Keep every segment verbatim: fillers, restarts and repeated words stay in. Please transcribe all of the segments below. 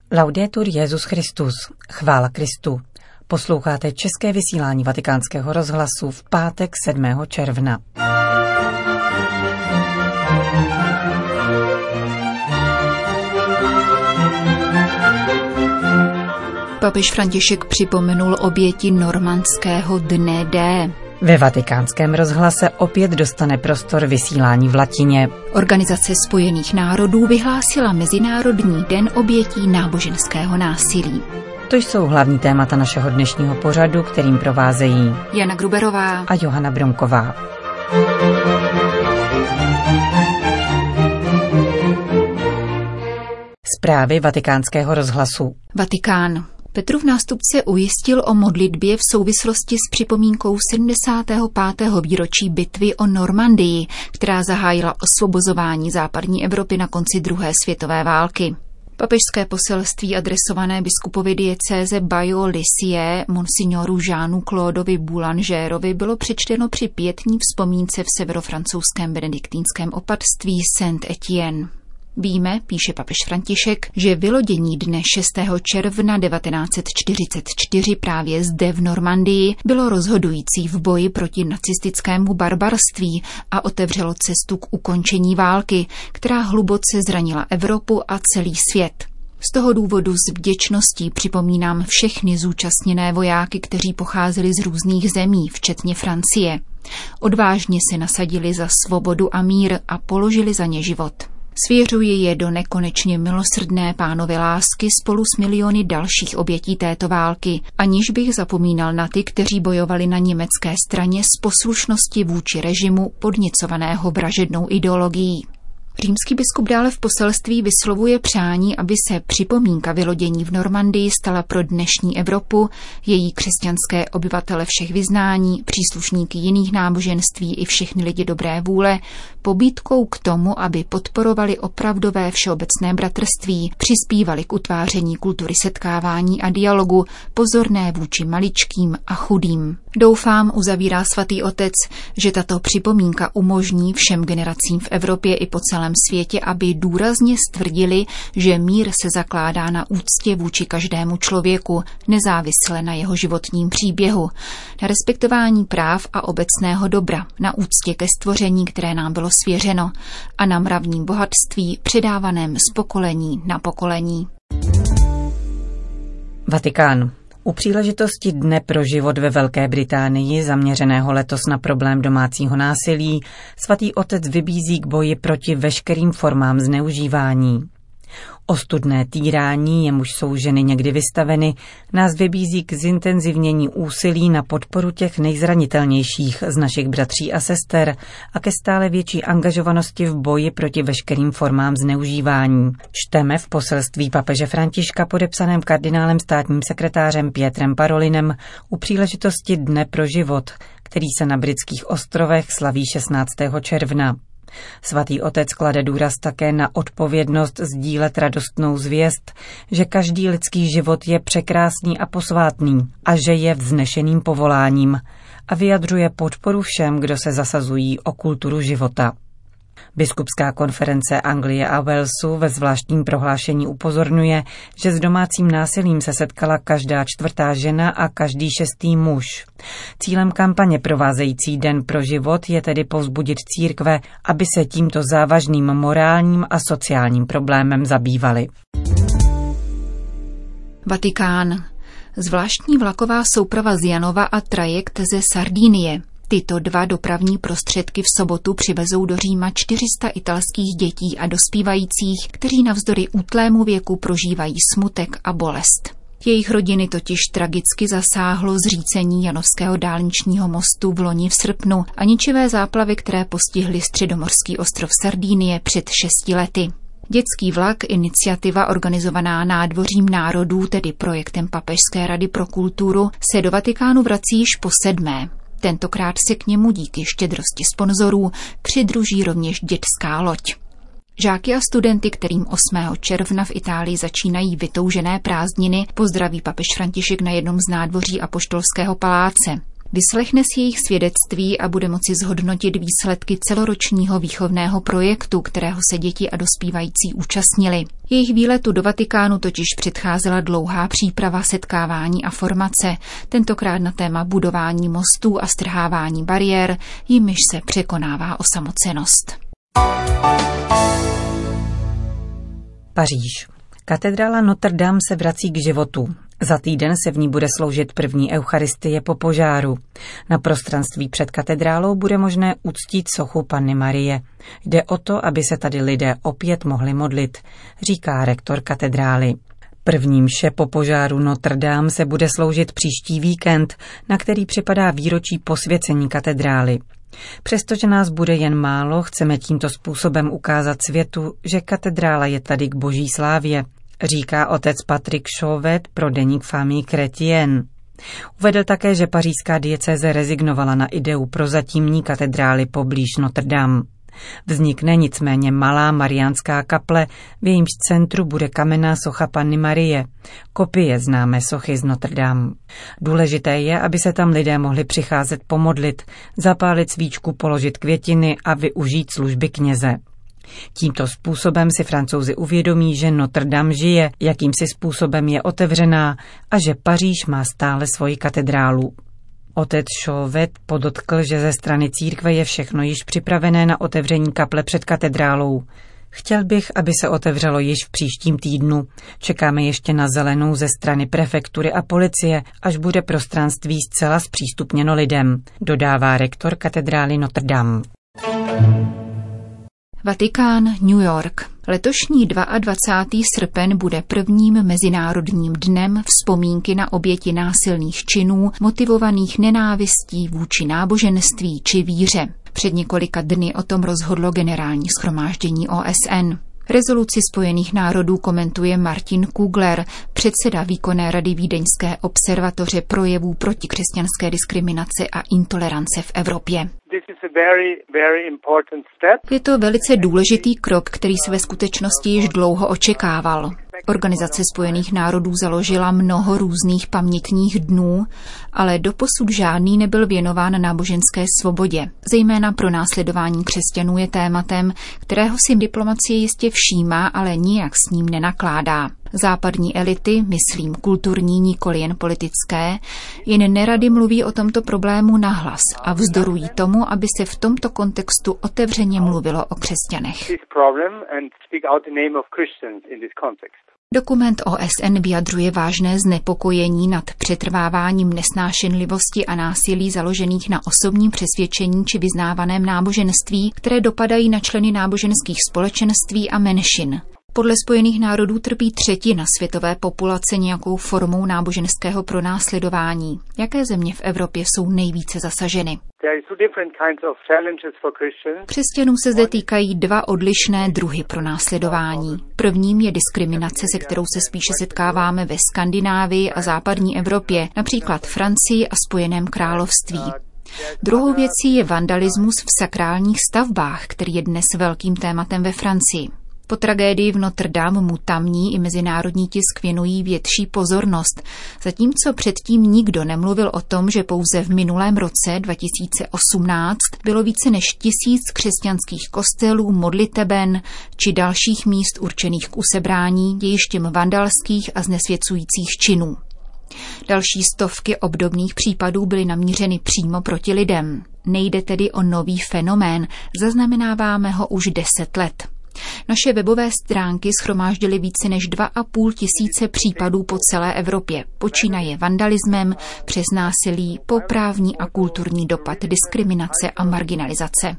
Laudetur Jesus Christus, chvála Kristu. Posloucháte české vysílání Vatikánského rozhlasu v pátek sedmého června. Papež František připomenul oběti normandského dne D. Ve Vatikánském rozhlase opět dostane prostor vysílání v latině. Organizace Spojených národů vyhlásila Mezinárodní den obětí náboženského násilí. To jsou hlavní témata našeho dnešního pořadu, kterým provázejí Jana Gruberová a Johana Bronková. Zprávy Vatikánského rozhlasu. Vatikán. Petrův nástupce ujistil o modlitbě v souvislosti s připomínkou sedmdesátého pátého výročí bitvy o Normandii, která zahájila osvobozování západní Evropy na konci druhé světové války. Papežské poselství adresované biskupovi diecéze Bayeux-Lissieux, monsignoru Jeanu Claudovi Boulangerovi, bylo přečteno při pietní vzpomínce v severofrancouzském benediktínském opatství Saint-Étienne. Víme, píše papež František, že vylodění dne šestého června devatenáct set čtyřicet čtyři právě zde v Normandii bylo rozhodující v boji proti nacistickému barbarství a otevřelo cestu k ukončení války, která hluboce zranila Evropu a celý svět. Z toho důvodu s vděčností připomínám všechny zúčastněné vojáky, kteří pocházeli z různých zemí, včetně Francie. Odvážně se nasadili za svobodu a mír a položili za ně život. Svěřuji je do nekonečně milosrdné Pánovy lásky spolu s miliony dalších obětí této války, aniž bych zapomínal na ty, kteří bojovali na německé straně z poslušnosti vůči režimu podněcovaného vražednou ideologií. Římský biskup dále v poselství vyslovuje přání, aby se připomínka vylodění v Normandii stala pro dnešní Evropu, její křesťanské obyvatele všech vyznání, příslušníky jiných náboženství i všechny lidi dobré vůle, pobídkou k tomu, aby podporovali opravdové všeobecné bratrství, přispívali k utváření kultury setkávání a dialogu, pozorné vůči maličkým a chudým. Doufám, uzavírá svatý otec, že tato připomínka umožní všem generacím v Evropě i po celém světě, aby důrazně stvrdili, že mír se zakládá na úctě vůči každému člověku, nezávisle na jeho životním příběhu, na respektování práv a obecného dobra, na úctě ke stvoření, které nám bylo svěřeno, a na mravním bohatství předávaném z pokolení na pokolení. Vatikán. U příležitosti Dne pro život ve Velké Británii, zaměřeného letos na problém domácího násilí, svatý otec vybízí k boji proti veškerým formám zneužívání. Ostudné týrání, jemuž jsou ženy někdy vystaveny, nás vybízí k zintenzivnění úsilí na podporu těch nejzranitelnějších z našich bratří a sester a ke stále větší angažovanosti v boji proti veškerým formám zneužívání. Čteme v poselství papeže Františka podepsaném kardinálem státním sekretářem Pietrem Parolinem u příležitosti Dne pro život, který se na Britských ostrovech slaví šestnáctého června. Svatý otec klade důraz také na odpovědnost sdílet radostnou zvěst, že každý lidský život je překrásný a posvátný a že je vznešeným povoláním, a vyjadřuje podporu všem, kdo se zasazují o kulturu života. Biskupská konference Anglie a Walesu ve zvláštním prohlášení upozorňuje, že s domácím násilím se setkala každá čtvrtá žena a každý šestý muž. Cílem kampaně provázející Den pro život je tedy povzbudit církve, aby se tímto závažným morálním a sociálním problémem zabývaly. Vatikán. Zvláštní vlaková souprava z Janova a trajekt ze Sardinie. Tyto dva dopravní prostředky v sobotu přivezou do Říma čtyři sta italských dětí a dospívajících, kteří navzdory útlému věku prožívají smutek a bolest. Jejich rodiny totiž tragicky zasáhlo zřícení Janovského dálničního mostu v loni v srpnu a ničivé záplavy, které postihly středomorský ostrov Sardinie před šesti lety. Dětský vlak, iniciativa organizovaná Nádvořím národů, tedy projektem Papežské rady pro kulturu, se do Vatikánu vrací již po sedmé. Tentokrát se k němu díky štědrosti sponzorů přidruží rovněž dětská loď. Žáky a studenty, kterým osmého června v Itálii začínají vytoužené prázdniny, pozdraví papež František na jednom z nádvoří Apoštolského paláce. Vyslechne si jejich svědectví a bude moci zhodnotit výsledky celoročního výchovného projektu, kterého se děti a dospívající účastnili. Jejich výletu do Vatikánu totiž předcházela dlouhá příprava, setkávání a formace, tentokrát na téma budování mostů a strhávání bariér, jimiž se překonává osamocenost. Paříž. Katedrála Notre Dame se vrací k životu. Za týden se v ní bude sloužit první eucharistie po požáru. Na prostranství před katedrálou bude možné uctít sochu Panny Marie. Jde o to, aby se tady lidé opět mohli modlit, říká rektor katedrály. První mše po požáru Notre Dame se bude sloužit příští víkend, na který připadá výročí posvěcení katedrály. Přestože nás bude jen málo, chceme tímto způsobem ukázat světu, že katedrála je tady k boží slávě, říká otec Patrick Chauvet pro deník Famille Chrétienne. Uvedl také, že pařížská diecéze rezignovala na ideu prozatímní katedrály poblíž Notre Dame. Vznikne nicméně malá mariánská kaple, v jejímž centru bude kamenná socha Panny Marie, kopie známé sochy z Notre Dame. Důležité je, aby se tam lidé mohli přicházet pomodlit, zapálit svíčku, položit květiny a využít služby kněze. Tímto způsobem si Francouzi uvědomí, že Notre Dame žije, jakýmsi způsobem je otevřená a že Paříž má stále svoji katedrálu. Otec Chauvet podotkl, že ze strany církve je všechno již připravené na otevření kaple před katedrálou. Chtěl bych, aby se otevřelo již v příštím týdnu. Čekáme ještě na zelenou ze strany prefektury a policie, až bude prostranství zcela zpřístupněno lidem, dodává rektor katedrály Notre Dame. Vatikán, New York. Letošní dvacátého druhého srpen bude prvním mezinárodním dnem vzpomínky na oběti násilných činů motivovaných nenávistí vůči náboženství či víře. Před několika dny o tom rozhodlo Generální shromáždění O S N. Rezoluci Spojených národů komentuje Martin Kugler, předseda výkonné rady Vídeňské observatoře projevů proti křesťanské diskriminace a intolerance v Evropě. Je to velice důležitý krok, který se ve skutečnosti již dlouho očekával. Organizace Spojených národů založila mnoho různých pamětních dnů, ale doposud žádný nebyl věnován náboženské svobodě. Zejména pro následování křesťanů je tématem, kterého si diplomacie jistě všímá, ale nijak s ním nenakládá. Západní elity, myslím kulturní, nikoli jen politické, jen nerady mluví o tomto problému nahlas a vzdorují tomu, aby se v tomto kontextu otevřeně mluvilo o křesťanech. Dokument O S N vyjadřuje vážné znepokojení nad přetrváváním nesnášenlivosti a násilí založených na osobním přesvědčení či vyznávaném náboženství, které dopadají na členy náboženských společenství a menšin. Podle Spojených národů trpí třetina světové populace nějakou formou náboženského pronásledování. Jaké země v Evropě jsou nejvíce zasaženy? Křesťanů se zde týkají dva odlišné druhy pronásledování. Prvním je diskriminace, se kterou se spíše setkáváme ve Skandinávii a západní Evropě, například Francii a Spojeném království. Druhou věcí je vandalismus v sakrálních stavbách, který je dnes velkým tématem ve Francii. Po tragédii v Notre Dame mu tamní i mezinárodní tisk věnují větší pozornost, zatímco předtím nikdo nemluvil o tom, že pouze v minulém roce dva tisíce osmnáct bylo více než tisíc křesťanských kostelů, modliteben či dalších míst určených k usebrání dějištěm vandalských a znesvěcujících činů. Další stovky obdobných případů byly namířeny přímo proti lidem. Nejde tedy o nový fenomén, zaznamenáváme ho už deset let. Naše webové stránky shromáždily více než dva a půl tisíce případů po celé Evropě, počínaje vandalismem, přes násilí, po právní a kulturní dopad diskriminace a marginalizace.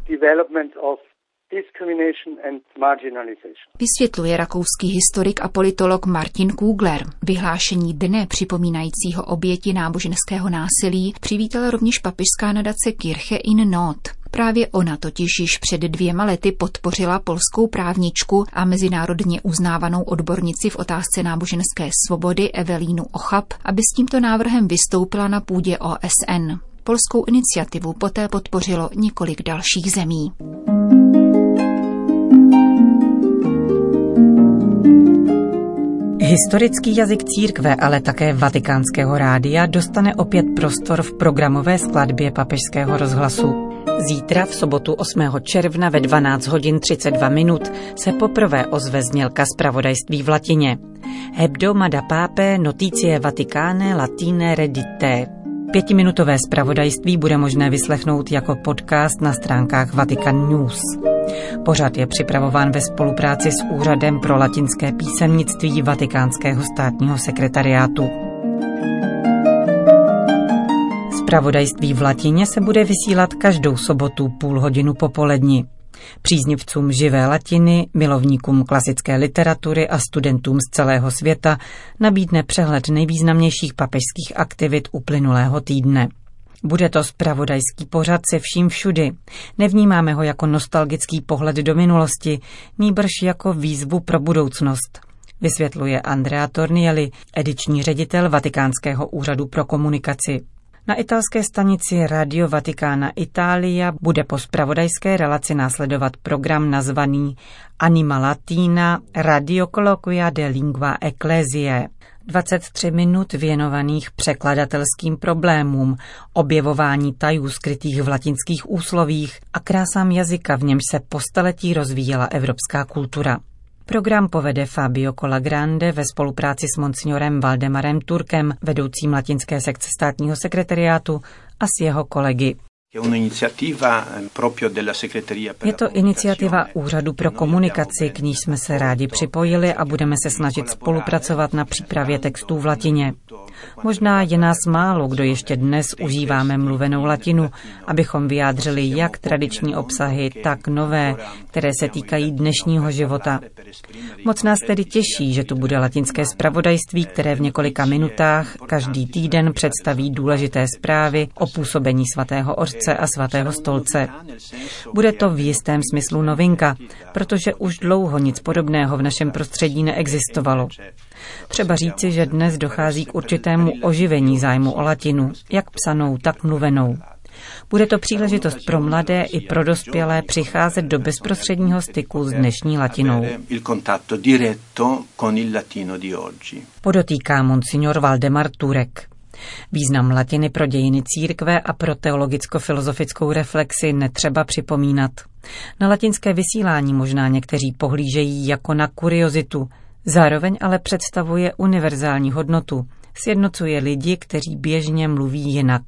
Vysvětluje rakouský historik a politolog Martin Kugler. Vyhlášení dne připomínajícího oběti náboženského násilí přivítala rovněž papežská nadace Kirche in Not. Právě ona totiž již před dvěma lety podpořila polskou právničku a mezinárodně uznávanou odbornici v otázce náboženské svobody Evelínu Ochab, aby s tímto návrhem vystoupila na půdě O S N. Polskou iniciativu poté podpořilo několik dalších zemí. Historický jazyk církve, ale také Vatikánského rádia dostane opět prostor v programové skladbě Papežského rozhlasu. Zítra v sobotu osmého června ve dvanáct hodin třicet dva minut se poprvé ozve znělka zpravodajství v latině. Hebdo mada pape notizie Vaticane latine redite. Pětiminutové zpravodajství bude možné vyslechnout jako podcast na stránkách Vatican News. Pořad je připravován ve spolupráci s Úřadem pro latinské písemnictví Vatikánského státního sekretariátu. Zpravodajství v latině se bude vysílat každou sobotu půl hodinu popoledni. Příznivcům živé latiny, milovníkům klasické literatury a studentům z celého světa nabídne přehled nejvýznamnějších papežských aktivit uplynulého týdne. Bude to zpravodajský pořad se vším všudy. Nevnímáme ho jako nostalgický pohled do minulosti, nýbrž jako výzvu pro budoucnost, vysvětluje Andrea Tornielli, ediční ředitel Vatikánského úřadu pro komunikaci. Na italské stanici Radio Vaticana Italia bude po zpravodajské relaci následovat program nazvaný Anima Latina Radio Colloquia de Lingua Ecclesiae. dvacet tři minut věnovaných překladatelským problémům, objevování tajů skrytých v latinských úslovích a krásám jazyka, v němž se po staletí rozvíjela evropská kultura. Program povede Fabio Colagrande ve spolupráci s monsignorem Valdemarem Turkem, vedoucím latinské sekce státního sekretariátu, a s jeho kolegy. Je to iniciativa Úřadu pro komunikaci, k níž jsme se rádi připojili a budeme se snažit spolupracovat na přípravě textů v latině. Možná je nás málo, kdo ještě dnes užíváme mluvenou latinu, abychom vyjádřili jak tradiční obsahy, tak nové, které se týkají dnešního života. Moc nás tedy těší, že tu bude latinské zpravodajství, které v několika minutách každý týden představí důležité zprávy o působení svatého Otce a svatého stolce. Bude to v jistém smyslu novinka, protože už dlouho nic podobného v našem prostředí neexistovalo. Třeba říci, že dnes dochází k určitému oživení zájmu o latinu, jak psanou, tak mluvenou. Bude to příležitost pro mladé i pro dospělé přicházet do bezprostředního styku s dnešní latinou. Podotýká monsignor Valdemar Turek. Význam latiny pro dějiny církve a pro teologicko-filozofickou reflexi netřeba připomínat. Na latinské vysílání možná někteří pohlížejí jako na kuriozitu, zároveň ale představuje univerzální hodnotu, sjednocuje lidi, kteří běžně mluví jinak.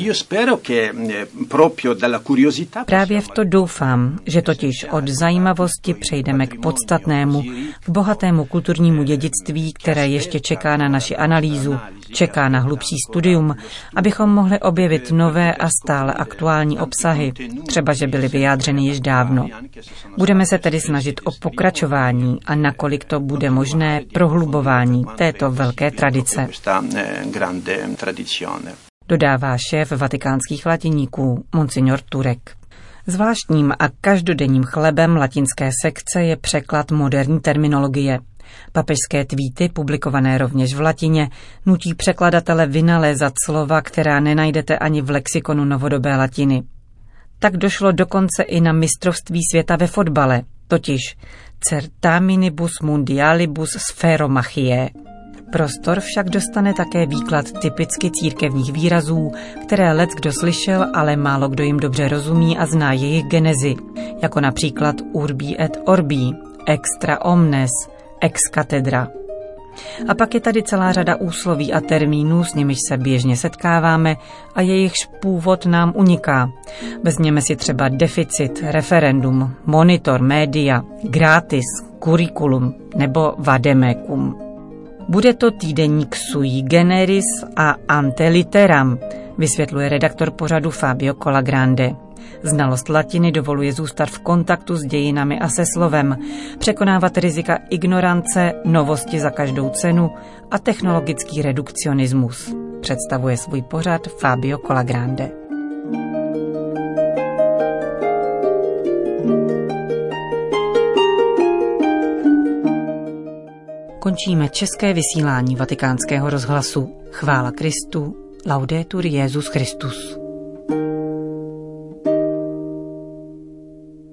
Právě v to doufám, že totiž od zajímavosti přejdeme k podstatnému, k bohatému kulturnímu dědictví, které ještě čeká na naši analýzu, čeká na hlubší studium, abychom mohli objevit nové a stále aktuální obsahy, třeba že byly vyjádřeny již dávno. Budeme se tedy snažit o pokračování a nakolik to bude možné, prohlubování této velké tradice. Dodává šéf vatikánských latiníků, monsignor Turek. Zvláštním a každodenním chlebem latinské sekce je překlad moderní terminologie. Papežské tweety, publikované rovněž v latině, nutí překladatele vynalézat slova, která nenajdete ani v lexikonu novodobé latiny. Tak došlo dokonce i na mistrovství světa ve fotbale, totiž Certaminibus Mundialibus Spheromachiae. Prostor však dostane také výklad typicky církevních výrazů, které leckdo slyšel, ale málo kdo jim dobře rozumí a zná jejich genezi, jako například urbi et orbi, extra omnes, ex cathedra. A pak je tady celá řada úsloví a termínů, s nimiž se běžně setkáváme a jejichž původ nám uniká. Vezměme si třeba deficit, referendum, monitor, média, gratis, curriculum nebo vademecum. Bude to týdeník sui generis a ante litteram, vysvětluje redaktor pořadu Fabio Colagrande. Znalost latiny dovoluje zůstat v kontaktu s dějinami a se slovem, překonávat rizika ignorance, novosti za každou cenu a technologický redukcionismus. Představuje svůj pořad Fabio Colagrande. Končíme české vysílání Vatikánského rozhlasu. Chvála Kristu, laudetur Jesus Christus.